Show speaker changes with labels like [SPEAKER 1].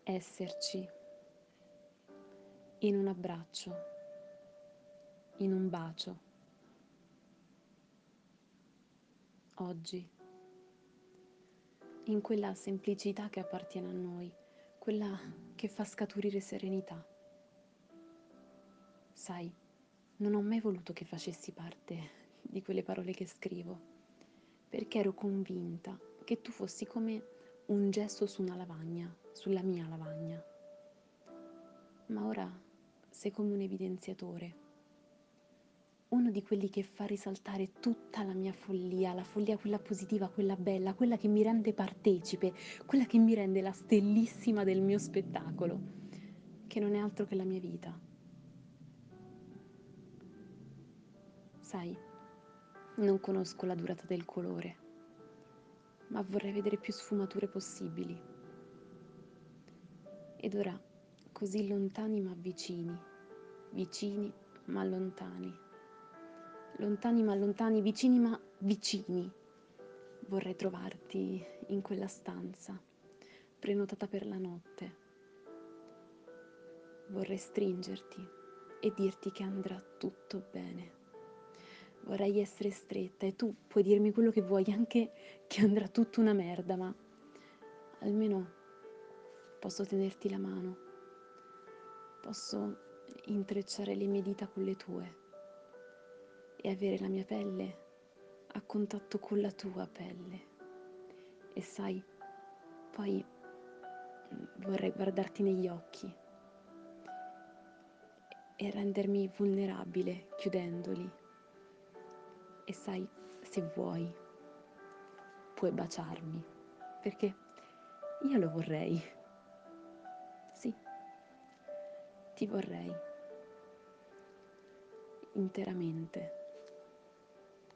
[SPEAKER 1] esserci in un abbraccio, in un bacio, oggi, in quella semplicità che appartiene a noi, quella che fa scaturire serenità. Sai, non ho mai voluto che facessi parte di quelle parole che scrivo, perché ero convinta che tu fossi come un gesto su una lavagna, sulla mia lavagna. Ma ora sei come un evidenziatore, uno di quelli che fa risaltare tutta la mia follia, la follia quella positiva, quella bella, quella che mi rende partecipe, quella che mi rende la stellissima del mio spettacolo, che non è altro che la mia vita. Sai, non conosco la durata del colore, ma vorrei vedere più sfumature possibili. Ed ora, così lontani ma vicini, vicini ma lontani, lontani ma lontani, vicini ma vicini, vorrei trovarti in quella stanza, prenotata per la notte. Vorrei stringerti e dirti che andrà tutto bene. Vorrei essere stretta e tu puoi dirmi quello che vuoi, anche che andrà tutto una merda, ma almeno posso tenerti la mano, posso intrecciare le mie dita con le tue e avere la mia pelle a contatto con la tua pelle. E sai, poi vorrei guardarti negli occhi e rendermi vulnerabile chiudendoli. E sai, se vuoi, puoi baciarmi, perché io lo vorrei. Sì, ti vorrei interamente.